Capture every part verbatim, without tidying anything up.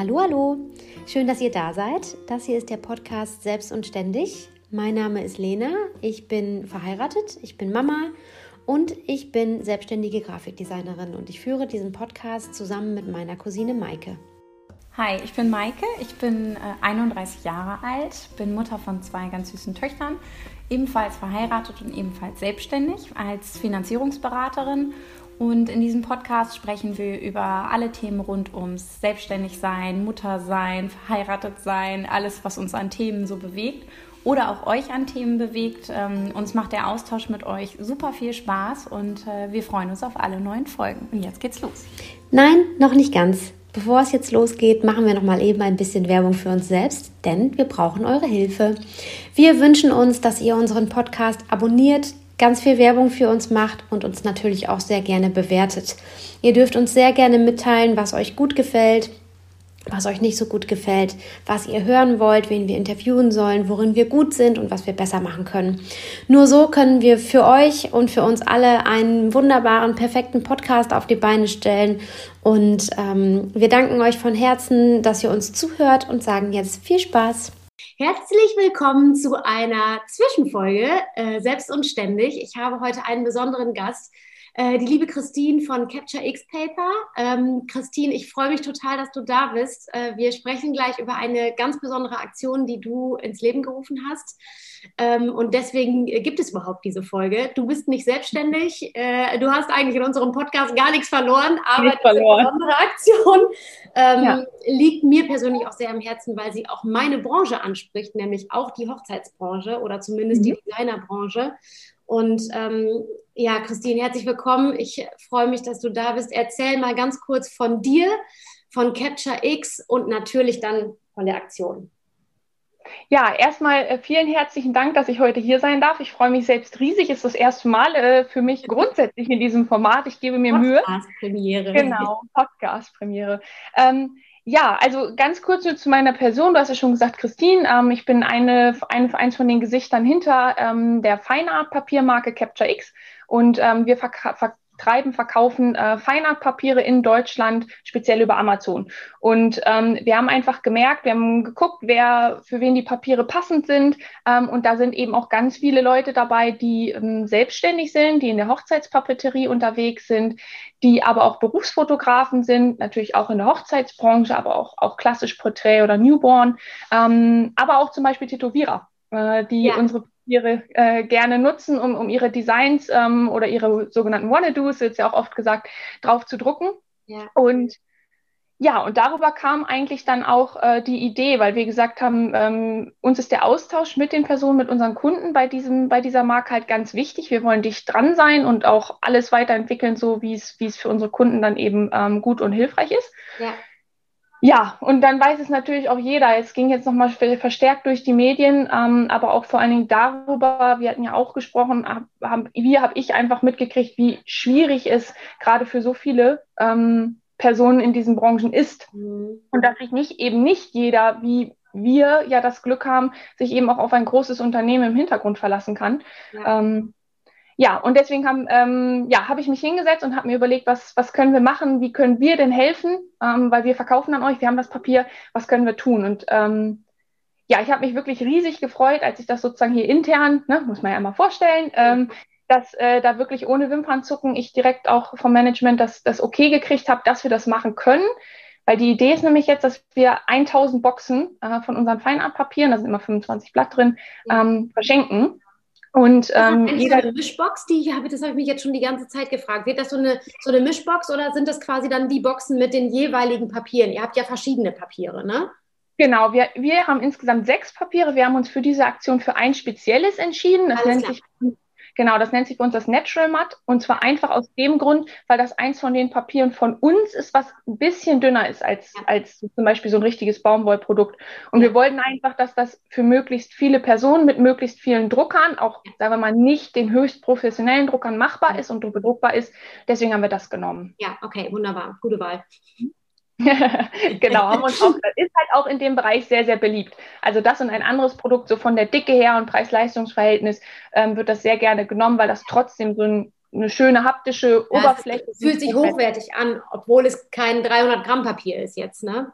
Hallo, hallo. Schön, dass ihr da seid. Das hier ist der Podcast Selbst und Ständig. Mein Name ist Lena. Ich bin verheiratet, ich bin Mama und ich bin selbstständige Grafikdesignerin und ich führe diesen Podcast zusammen mit meiner Cousine Maike. Hi, ich bin Maike, ich bin äh, einunddreißig Jahre alt, bin Mutter von zwei ganz süßen Töchtern, ebenfalls verheiratet und ebenfalls selbstständig als Finanzierungsberaterin. Und in diesem Podcast sprechen wir über alle Themen rund ums Selbstständigsein, Muttersein, Verheiratetsein, alles, was uns an Themen so bewegt oder auch euch an Themen bewegt. Ähm, uns macht der Austausch mit euch super viel Spaß und äh, wir freuen uns auf alle neuen Folgen. Und jetzt geht's los. Nein, noch nicht ganz. Bevor es jetzt losgeht, machen wir noch mal eben ein bisschen Werbung für uns selbst, denn wir brauchen eure Hilfe. Wir wünschen uns, dass ihr unseren Podcast abonniert, ganz viel Werbung für uns macht und uns natürlich auch sehr gerne bewertet. Ihr dürft uns sehr gerne mitteilen, was euch gut gefällt, was euch nicht so gut gefällt, was ihr hören wollt, wen wir interviewen sollen, worin wir gut sind und was wir besser machen können. Nur so können wir für euch und für uns alle einen wunderbaren, perfekten Podcast auf die Beine stellen. Und ähm, wir danken euch von Herzen, dass ihr uns zuhört und sagen jetzt viel Spaß. Herzlich willkommen zu einer Zwischenfolge, äh, Selbst und Ständig. Ich habe heute einen besonderen Gast, äh, die liebe Christine von Capture X Paper. Ähm, Christine, ich freue mich total, dass du da bist. Äh, wir sprechen gleich über eine ganz besondere Aktion, die du ins Leben gerufen hast. Ähm, und deswegen gibt es überhaupt diese Folge. Du bist nicht selbstständig. Äh, du hast eigentlich in unserem Podcast gar nichts verloren, aber Nicht diese verloren. besondere Aktion ähm, Ja. liegt mir persönlich auch sehr am Herzen, weil sie auch meine Branche anspricht, nämlich auch die Hochzeitsbranche oder zumindest Mhm. die Designerbranche. Und ähm, ja, Christine, herzlich willkommen. Ich freue mich, dass du da bist. Erzähl mal ganz kurz von dir, von Capture X und natürlich dann von der Aktion. Ja, erstmal äh, vielen herzlichen Dank, dass ich heute hier sein darf. Ich freue mich selbst riesig. Es ist das erste Mal äh, für mich grundsätzlich in diesem Format. Ich gebe mir Mühe. Podcast-Premiere. Genau, Podcast-Premiere. Ähm, ja, also ganz kurz nur zu meiner Person. Du hast ja schon gesagt, Christine. Ähm, ich bin eine, eine, eins von den Gesichtern hinter ähm, der Feinart-Papiermarke Capture X. Und ähm, wir verk- vertreiben, verkaufen äh, Feinart-Papiere in Deutschland, speziell über Amazon. Und ähm, wir haben einfach gemerkt, wir haben geguckt, wer für wen die Papiere passend sind. Ähm, und da sind eben auch ganz viele Leute dabei, die ähm, selbstständig sind, die in der Hochzeitspapeterie unterwegs sind, die aber auch Berufsfotografen sind, natürlich auch in der Hochzeitsbranche, aber auch, auch klassisch Porträt oder Newborn, ähm, aber auch zum Beispiel Tätowierer, äh, die Ja. unsere Papiere äh, gerne nutzen, um, um ihre Designs ähm, oder ihre sogenannten Wanna-Dos, jetzt ja auch oft gesagt, drauf zu drucken. Ja. Und ja, und darüber kam eigentlich dann auch äh, die Idee, weil wir gesagt haben, ähm, uns ist der Austausch mit den Personen, mit unseren Kunden bei diesem, bei dieser Marke halt ganz wichtig. Wir wollen dicht dran sein und auch alles weiterentwickeln, so wie es, wie es für unsere Kunden dann eben ähm, gut und hilfreich ist. Ja. Ja, und dann weiß es natürlich auch jeder. Es ging jetzt nochmal verstärkt durch die Medien, ähm, aber auch vor allen Dingen darüber, wir hatten ja auch gesprochen, hab, hab, wie habe ich einfach mitgekriegt, wie schwierig es gerade für so viele ähm, Personen in diesen Branchen ist. Mhm. Und dass sich nicht eben nicht jeder, wie wir ja das Glück haben, sich eben auch auf ein großes Unternehmen im Hintergrund verlassen kann. Ja. Ähm, ja, und deswegen haben, ähm, ja, habe ich mich hingesetzt und habe mir überlegt, was, was können wir machen, wie können wir denn helfen, ähm, weil wir verkaufen an euch, wir haben das Papier, was können wir tun? Und ähm, ja, ich habe mich wirklich riesig gefreut, als ich das sozusagen hier intern, ne, muss man ja mal vorstellen, ähm, dass äh, da wirklich ohne Wimpernzucken ich direkt auch vom Management das, das okay gekriegt habe, dass wir das machen können. Weil die Idee ist nämlich jetzt, dass wir tausend Boxen äh, von unseren Feinartpapieren, da sind immer fünfundzwanzig Blatt drin, ähm, verschenken. Und ähm, ist das jeder so eine Mischbox, die ich habe, das habe ich mich jetzt schon die ganze Zeit gefragt. Wird das so eine, so eine Mischbox oder sind das quasi dann die Boxen mit den jeweiligen Papieren? Ihr habt ja verschiedene Papiere, ne? Genau, wir, wir haben insgesamt sechs Papiere. Wir haben uns für diese Aktion für ein spezielles entschieden. Das Alles nennt klar. sich, genau, das nennt sich bei uns das Natural Matte. Und zwar einfach aus dem Grund, weil das eins von den Papieren von uns ist, was ein bisschen dünner ist als, Ja. als zum Beispiel so ein richtiges Baumwollprodukt. Und Ja. wir wollten einfach, dass das für möglichst viele Personen mit möglichst vielen Druckern, auch, sagen wir mal, nicht den höchst professionellen Druckern machbar ist und bedruckbar ist. Deswegen haben wir das genommen. Ja, okay, wunderbar. Gute Wahl. Genau, haben uns auch, ist halt auch in dem Bereich sehr, sehr beliebt. Also das und ein anderes Produkt, so von der Dicke her und Preis-Leistungs-Verhältnis, ähm, wird das sehr gerne genommen, weil das trotzdem so ein, eine schöne haptische Ja, Oberfläche es fühlt sich hochwertig an, obwohl es kein dreihundert Gramm Papier ist jetzt, ne? Ja,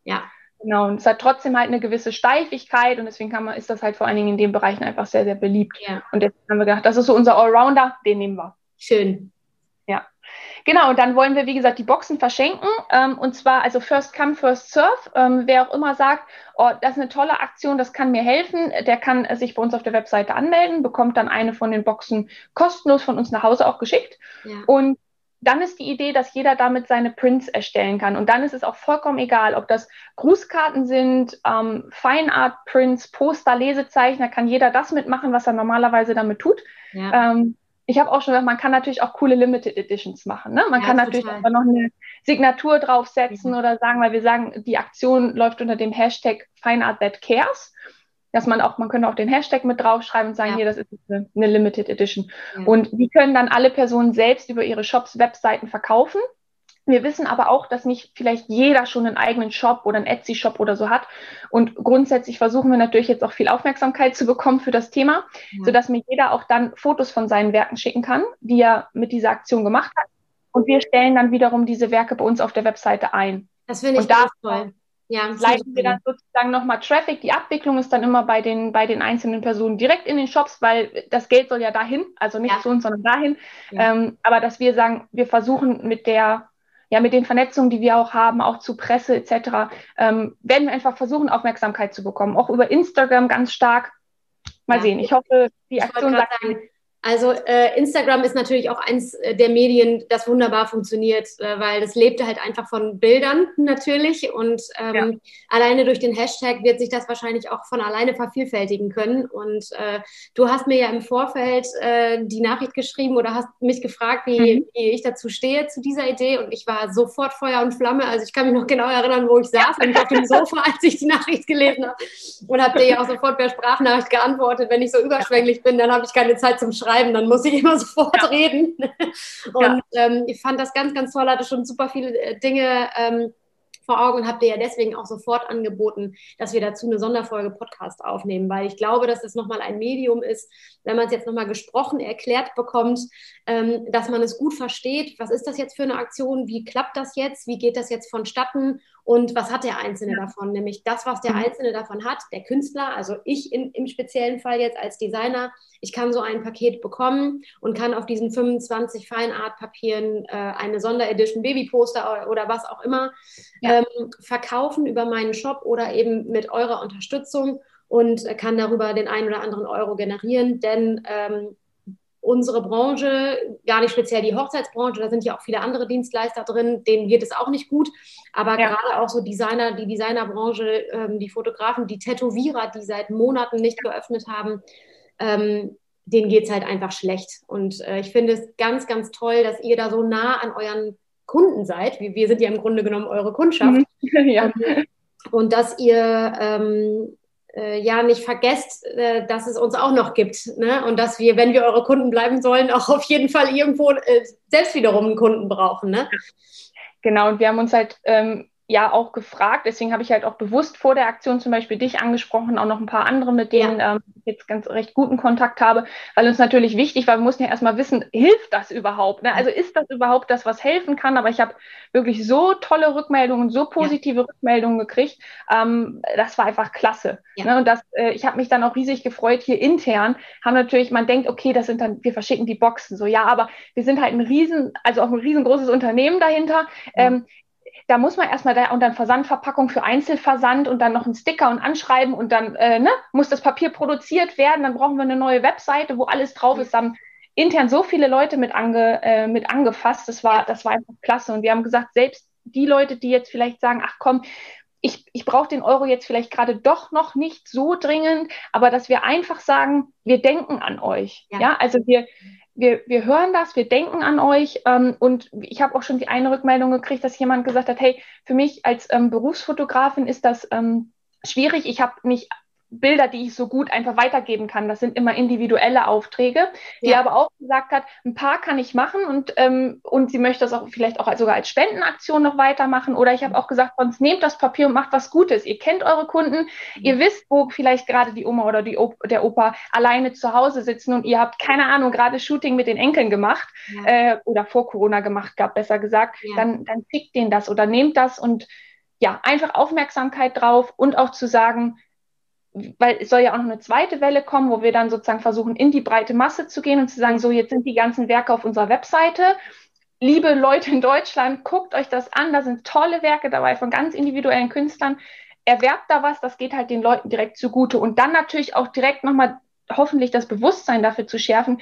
Ja. Genau, und es hat trotzdem halt eine gewisse Steifigkeit und deswegen kann man, ist das halt vor allen Dingen in den Bereichen einfach sehr, sehr beliebt. Ja. Und deswegen haben wir gedacht, das ist so unser Allrounder, den nehmen wir. Schön. Ja, genau. Und dann wollen wir, wie gesagt, die Boxen verschenken. Ähm, und zwar, also First Come, First Serve. Ähm, wer auch immer sagt, oh, das ist eine tolle Aktion, das kann mir helfen, der kann sich bei uns auf der Webseite anmelden, bekommt dann eine von den Boxen kostenlos von uns nach Hause auch geschickt. Ja. Und dann ist die Idee, dass jeder damit seine Prints erstellen kann. Und dann ist es auch vollkommen egal, ob das Grußkarten sind, ähm, Fine-Art-Prints, Poster, Lesezeichen, da kann jeder das mitmachen, was er normalerweise damit tut. Ja. Ähm, ich habe auch schon gesagt, man kann natürlich auch coole Limited Editions machen. Ne? Man ja, kann total. natürlich auch noch eine Signatur draufsetzen ja. oder sagen, weil wir sagen, die Aktion läuft unter dem Hashtag Fine Art That Cares. Dass man auch, man könnte auch den Hashtag mit draufschreiben und sagen, ja. hier, das ist eine, eine Limited Edition. Ja. Und die können dann alle Personen selbst über ihre Shops, Webseiten verkaufen. Wir wissen aber auch, dass nicht vielleicht jeder schon einen eigenen Shop oder einen Etsy-Shop oder so hat. Und grundsätzlich versuchen wir natürlich jetzt auch viel Aufmerksamkeit zu bekommen für das Thema, ja. sodass mir jeder auch dann Fotos von seinen Werken schicken kann, die er mit dieser Aktion gemacht hat. Und wir stellen dann wiederum diese Werke bei uns auf der Webseite ein. Das finde ich ganz toll. Ja, leiten wir dann sozusagen nochmal Traffic. Die Abwicklung ist dann immer bei den, bei den einzelnen Personen direkt in den Shops, weil das Geld soll ja dahin, also nicht ja. zu uns, sondern dahin. Ja. Ähm, aber dass wir sagen, wir versuchen mit der, ja, mit den Vernetzungen, die wir auch haben, auch zu Presse et cetera, ähm, werden wir einfach versuchen, Aufmerksamkeit zu bekommen. Auch über Instagram ganz stark. Mal ja. sehen. Ich hoffe, die ich Aktion sagt... Also äh, Instagram ist natürlich auch eins der Medien, das wunderbar funktioniert, äh, weil das lebt halt einfach von Bildern natürlich und ähm, ja. alleine durch den Hashtag wird sich das wahrscheinlich auch von alleine vervielfältigen können. Und äh, du hast mir ja im Vorfeld äh, die Nachricht geschrieben oder hast mich gefragt, wie, mhm. wie ich dazu stehe, zu dieser Idee, und ich war sofort Feuer und Flamme. Also ich kann mich noch genau erinnern, wo ich saß, nämlich auf dem Sofa, als ich die Nachricht gelesen habe, und habe dir ja auch sofort per Sprachnachricht geantwortet. Wenn ich so überschwänglich bin, dann habe ich keine Zeit zum Schreiben. Dann muss ich immer sofort ja. reden. Und ja. ähm, ich fand das ganz, ganz toll, hatte schon super viele äh, Dinge ähm, vor Augen und habe dir ja deswegen auch sofort angeboten, dass wir dazu eine Sonderfolge Podcast aufnehmen, weil ich glaube, dass es nochmal ein Medium ist, wenn man es jetzt nochmal gesprochen erklärt bekommt, ähm, dass man es gut versteht, was ist das jetzt für eine Aktion, wie klappt das jetzt, wie geht das jetzt vonstatten und was hat der Einzelne davon, nämlich das, was der Einzelne davon hat, der Künstler, also ich in, im speziellen Fall jetzt als Designer, ich kann so ein Paket bekommen und kann auf diesen fünfundzwanzig Fine Art Papieren äh, eine Sonderedition Babyposter oder, oder was auch immer ja. ähm, verkaufen über meinen Shop oder eben mit eurer Unterstützung und äh, kann darüber den einen oder anderen Euro generieren, denn ähm, unsere Branche, gar nicht speziell die Hochzeitsbranche, da sind ja auch viele andere Dienstleister drin, denen geht es auch nicht gut, aber ja. gerade auch so Designer, die Designerbranche, ähm, die Fotografen, die Tätowierer, die seit Monaten nicht geöffnet haben, ähm, denen geht es halt einfach schlecht. Und äh, ich finde es ganz, ganz toll, dass ihr da so nah an euren Kunden seid. Wir, wir sind ja im Grunde genommen eure Kundschaft. Mhm. Ja. Ähm, und dass ihr ähm, äh, ja nicht vergesst, äh, dass es uns auch noch gibt. Ne? Und dass wir, wenn wir eure Kunden bleiben sollen, auch auf jeden Fall irgendwo äh, selbst wiederum einen Kunden brauchen. Ne? Genau, und wir haben uns halt ähm, ja auch gefragt, deswegen habe ich halt auch bewusst vor der Aktion zum Beispiel dich angesprochen, auch noch ein paar andere, mit denen ja. ähm, ich jetzt ganz recht guten Kontakt habe, weil uns natürlich wichtig war, wir mussten ja erstmal wissen, hilft das überhaupt? Ne? Also ist das überhaupt das, was helfen kann? Aber ich habe wirklich so tolle Rückmeldungen, so positive ja. Rückmeldungen gekriegt, ähm, das war einfach klasse. Ja. Ne? Und das, äh, ich habe mich dann auch riesig gefreut, hier intern haben natürlich, man denkt, okay, das sind dann, wir verschicken die Boxen, so ja, aber wir sind halt ein riesen, also auch ein riesengroßes Unternehmen dahinter, ja. ähm, da muss man erstmal da und dann Versandverpackung für Einzelversand und dann noch ein Sticker und Anschreiben und dann äh, ne, muss das Papier produziert werden, dann brauchen wir eine neue Webseite, wo alles drauf ist. Da haben intern so viele Leute mit, ange, äh, mit angefasst, das war, das war einfach klasse. Und wir haben gesagt, selbst die Leute, die jetzt vielleicht sagen, ach komm, ich, ich brauche den Euro jetzt vielleicht gerade doch noch nicht so dringend, aber dass wir einfach sagen, wir denken an euch. Ja, ja? Also wir Wir, wir hören das, wir denken an euch ähm, und ich habe auch schon die eine Rückmeldung gekriegt, dass jemand gesagt hat, hey, für mich als ähm, Berufsfotografin ist das ähm, schwierig, ich habe nicht Bilder, die ich so gut einfach weitergeben kann. Das sind immer individuelle Aufträge, die ja. aber auch gesagt hat, ein paar kann ich machen und, ähm, und sie möchte das auch vielleicht auch sogar als Spendenaktion noch weitermachen. Oder ich habe auch gesagt, sonst nehmt das Papier und macht was Gutes. Ihr kennt eure Kunden, mhm. ihr wisst, wo vielleicht gerade die Oma oder die Op- der Opa alleine zu Hause sitzen und ihr habt, keine Ahnung, gerade Shooting mit den Enkeln gemacht ja. äh, oder vor Corona gemacht gehabt, besser gesagt. Ja. Dann, dann kriegt denen das oder nehmt das und ja, einfach Aufmerksamkeit drauf und auch zu sagen, weil es soll ja auch noch eine zweite Welle kommen, wo wir dann sozusagen versuchen, in die breite Masse zu gehen und zu sagen, so, jetzt sind die ganzen Werke auf unserer Webseite. Liebe Leute in Deutschland, guckt euch das an, da sind tolle Werke dabei von ganz individuellen Künstlern. Erwerbt da was, das geht halt den Leuten direkt zugute. Und dann natürlich auch direkt nochmal hoffentlich das Bewusstsein dafür zu schärfen,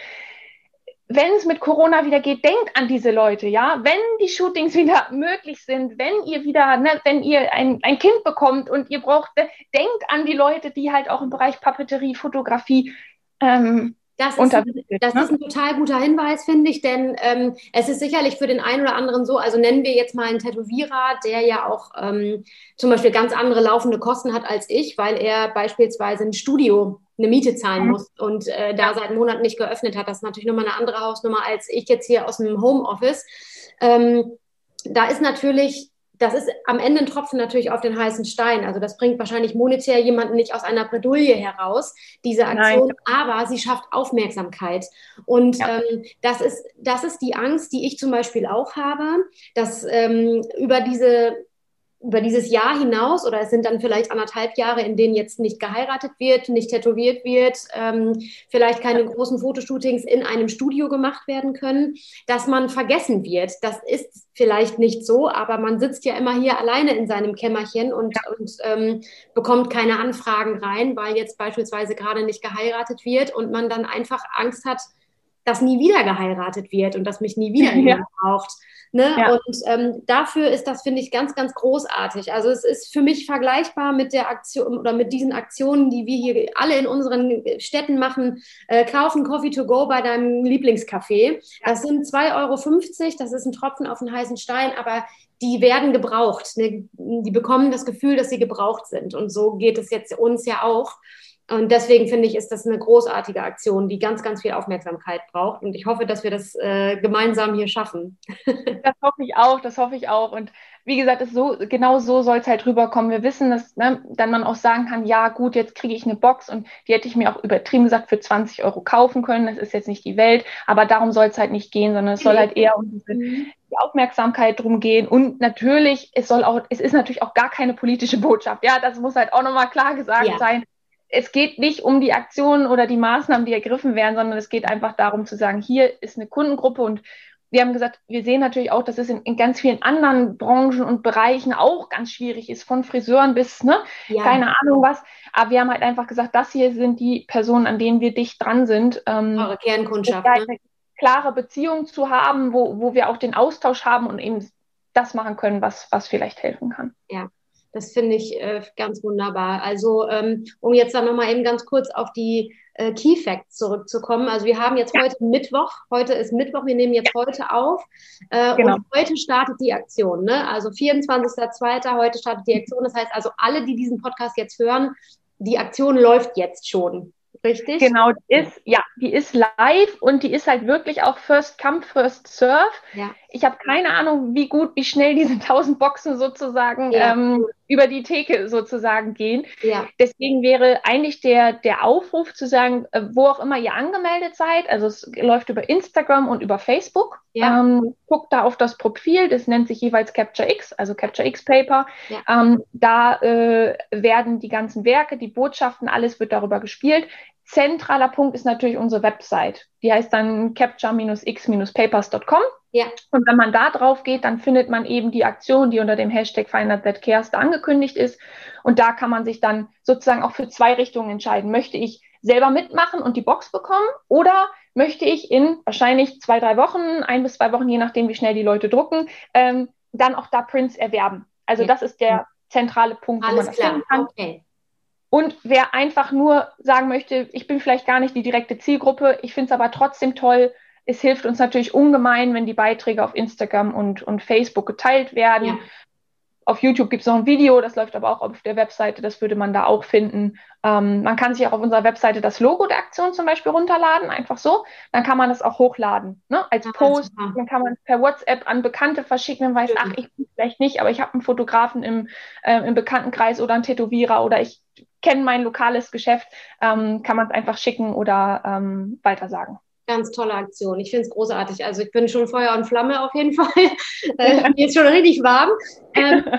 wenn es mit Corona wieder geht, denkt an diese Leute, ja. Wenn die Shootings wieder möglich sind, wenn ihr wieder, ne, wenn ihr ein, ein Kind bekommt und ihr braucht, ne, denkt an die Leute, die halt auch im Bereich Papeterie, Fotografie ähm, Das ist, das ist ein total guter Hinweis, finde ich, denn ähm, es ist sicherlich für den einen oder anderen so, also nennen wir jetzt mal einen Tätowierer, der ja auch ähm, zum Beispiel ganz andere laufende Kosten hat als ich, weil er beispielsweise ein Studio eine Miete zahlen Mhm. muss und äh, da seit Monaten nicht geöffnet hat. Das ist natürlich nochmal eine andere Hausnummer als ich jetzt hier aus dem Homeoffice. Ähm, da ist natürlich das ist am Ende ein Tropfen natürlich auf den heißen Stein. Also das bringt wahrscheinlich monetär jemanden nicht aus einer Bredouille heraus, diese Aktion, Nein. aber sie schafft Aufmerksamkeit. Und Ja. ähm, das ist, das ist die Angst, die ich zum Beispiel auch habe, dass ähm, über diese über dieses Jahr hinaus, oder es sind dann vielleicht anderthalb Jahre, in denen jetzt nicht geheiratet wird, nicht tätowiert wird, ähm, vielleicht keine großen Fotoshootings in einem Studio gemacht werden können, dass man vergessen wird. Das ist vielleicht nicht so, aber man sitzt ja immer hier alleine in seinem Kämmerchen und, ja. und ähm, bekommt keine Anfragen rein, weil jetzt beispielsweise gerade nicht geheiratet wird und man dann einfach Angst hat, dass nie wieder geheiratet wird und dass mich nie wieder jemand ja. braucht. Ne? Ja. Und ähm, dafür ist das, finde ich, ganz, ganz großartig. Also es ist für mich vergleichbar mit der Aktion oder mit diesen Aktionen, die wir hier alle in unseren Städten machen. Äh, kaufen Coffee to go bei deinem Lieblingscafé. Das sind zwei Euro fünfzig, das ist ein Tropfen auf den heißen Stein, aber die werden gebraucht. Ne? Die bekommen das Gefühl, dass sie gebraucht sind. Und so geht es jetzt uns ja auch. Und deswegen finde ich, ist das eine großartige Aktion, die ganz, ganz viel Aufmerksamkeit braucht. Und ich hoffe, dass wir das äh, gemeinsam hier schaffen. Das hoffe ich auch, das hoffe ich auch. Und wie gesagt, ist so, genau so soll es halt rüberkommen. Wir wissen, dass ne, dann man auch sagen kann, ja gut, jetzt kriege ich eine Box und die hätte ich mir auch übertrieben gesagt für zwanzig Euro kaufen können. Das ist jetzt nicht die Welt, aber darum soll es halt nicht gehen, sondern es soll halt eher um diese, die Aufmerksamkeit drum gehen. Und natürlich, es soll auch, es ist natürlich auch gar keine politische Botschaft. Ja, das muss halt auch nochmal klar gesagt ja. sein. Es geht nicht um die Aktionen oder die Maßnahmen, die ergriffen werden, sondern es geht einfach darum zu sagen, hier ist eine Kundengruppe und wir haben gesagt, wir sehen natürlich auch, dass es in, in ganz vielen anderen Branchen und Bereichen auch ganz schwierig ist, von Friseuren bis, ne, ja. keine Ahnung was. Aber wir haben halt einfach gesagt, das hier sind die Personen, an denen wir dicht dran sind. Ähm, Eure Kernkundschaft. Ne? Eine klare Beziehung zu haben, wo, wo wir auch den Austausch haben und eben das machen können, was, was vielleicht helfen kann. Ja. Das finde ich äh, ganz wunderbar. Also ähm, um jetzt dann nochmal eben ganz kurz auf die äh, Key Facts zurückzukommen. Also wir haben jetzt ja. heute Mittwoch. Heute ist Mittwoch. Wir nehmen jetzt ja. heute auf. Äh, genau. Und heute startet die Aktion. Ne? Also vierundzwanzigster zweiter Heute startet die Aktion. Das heißt also, alle, die diesen Podcast jetzt hören, die Aktion läuft jetzt schon. Richtig? Genau, die ist, ja, die ist live und die ist halt wirklich auch First Come, First Serve. Ja. Ich habe keine Ahnung, wie gut, wie schnell diese tausend Boxen sozusagen ja. ähm, über die Theke sozusagen gehen. Ja. Deswegen wäre eigentlich der, der Aufruf zu sagen, äh, wo auch immer ihr angemeldet seid, also es läuft über Instagram und über Facebook. Ja. Ähm, guckt da auf das Profil, das nennt sich jeweils Capture X, also Capture X Paper. Ja. Ähm, da äh, werden die ganzen Werke, die Botschaften, alles wird darüber gespielt. Zentraler Punkt ist natürlich unsere Website. Die heißt dann capture X papers Punkt com. Ja. Und wenn man da drauf geht, dann findet man eben die Aktion, die unter dem Hashtag Find Out That Cares da angekündigt ist. Und da kann man sich dann sozusagen auch für zwei Richtungen entscheiden. Möchte ich selber mitmachen und die Box bekommen oder möchte ich in wahrscheinlich zwei, drei Wochen, ein bis zwei Wochen, je nachdem, wie schnell die Leute drucken, ähm, dann auch da Prints erwerben. Also ja. das ist der zentrale Punkt, Alles wo man das klar. finden kann. Okay. Und wer einfach nur sagen möchte, ich bin vielleicht gar nicht die direkte Zielgruppe, ich finde es aber trotzdem toll, es hilft uns natürlich ungemein, wenn die Beiträge auf Instagram und, und Facebook geteilt werden. Ja. Auf YouTube gibt es noch ein Video, das läuft aber auch auf der Webseite, das würde man da auch finden. Ähm, man kann sich auch auf unserer Webseite das Logo der Aktion zum Beispiel runterladen, einfach so. Dann kann man das auch hochladen, ne? Als ja, Post. Dann kann man es per WhatsApp an Bekannte verschicken, wenn man weiß, ach, ich bin vielleicht nicht, aber ich habe einen Fotografen im, äh, im Bekanntenkreis oder einen Tätowierer oder ich kenne mein lokales Geschäft, ähm, kann man es einfach schicken oder ähm, weitersagen. Ganz tolle Aktion. Ich finde es großartig. Also ich bin schon Feuer und Flamme auf jeden Fall. äh, mir ist schon richtig warm. Ähm,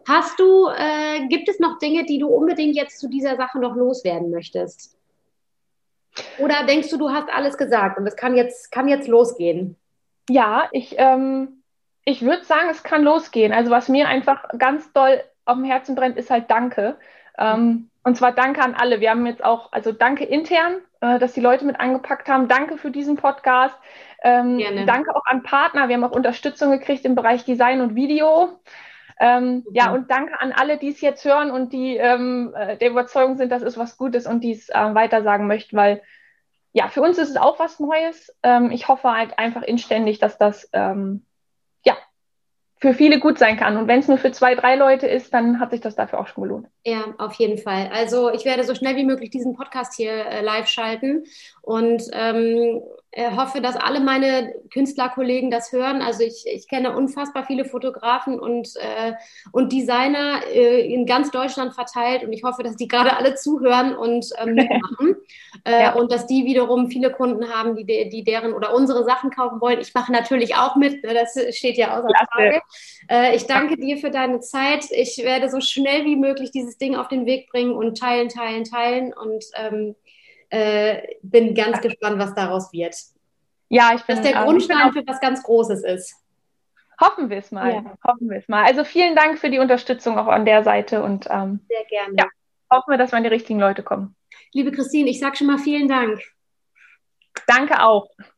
Hast du, äh, gibt es noch Dinge, die du unbedingt jetzt zu dieser Sache noch loswerden möchtest? Oder denkst du, du hast alles gesagt und es kann jetzt, kann jetzt losgehen? Ja, ich, ähm, ich würde sagen, es kann losgehen. Also was mir einfach ganz doll auf dem Herzen brennt, ist halt Danke. Ähm, und zwar Danke an alle. Wir haben jetzt auch, also Danke intern, äh, dass die Leute mit angepackt haben. Danke für diesen Podcast. Ähm, Gerne. Danke auch an Partner. Wir haben auch Unterstützung gekriegt im Bereich Design und Video. Ähm, ja, und danke an alle, die es jetzt hören und die ähm, äh, der Überzeugung sind, dass es was Gutes und die es äh, weitersagen möchten, weil ja, für uns ist es auch was Neues. Ähm, ich hoffe halt einfach inständig, dass das ähm, ja für viele gut sein kann. Und wenn es nur für zwei, drei Leute ist, dann hat sich das dafür auch schon gelohnt. Ja, auf jeden Fall. Also ich werde so schnell wie möglich diesen Podcast hier äh, live schalten und ähm, äh, hoffe, dass alle meine Künstlerkollegen das hören. Also ich, ich kenne unfassbar viele Fotografen und, äh, und Designer äh, in ganz Deutschland verteilt und ich hoffe, dass die gerade alle zuhören und ähm, mitmachen äh, Ja. und dass die wiederum viele Kunden haben, die, de die deren oder unsere Sachen kaufen wollen. Ich mache natürlich auch mit, ne? Das steht ja außer Frage. Äh, ich danke dir für deine Zeit. Ich werde so schnell wie möglich dieses Ding auf den Weg bringen und teilen, teilen, teilen und ähm, äh, bin ganz gespannt, was daraus wird. Ja, ich bin, Dass der ähm, Grundstein ich bin für was ganz Großes ist. Hoffen wir es mal. Ja. Hoffen wir es mal. Also vielen Dank für die Unterstützung auch an der Seite und ähm, Sehr gerne. Ja, hoffen wir, dass wir an die richtigen Leute kommen. Liebe Christine, ich sage schon mal vielen Dank. Danke auch.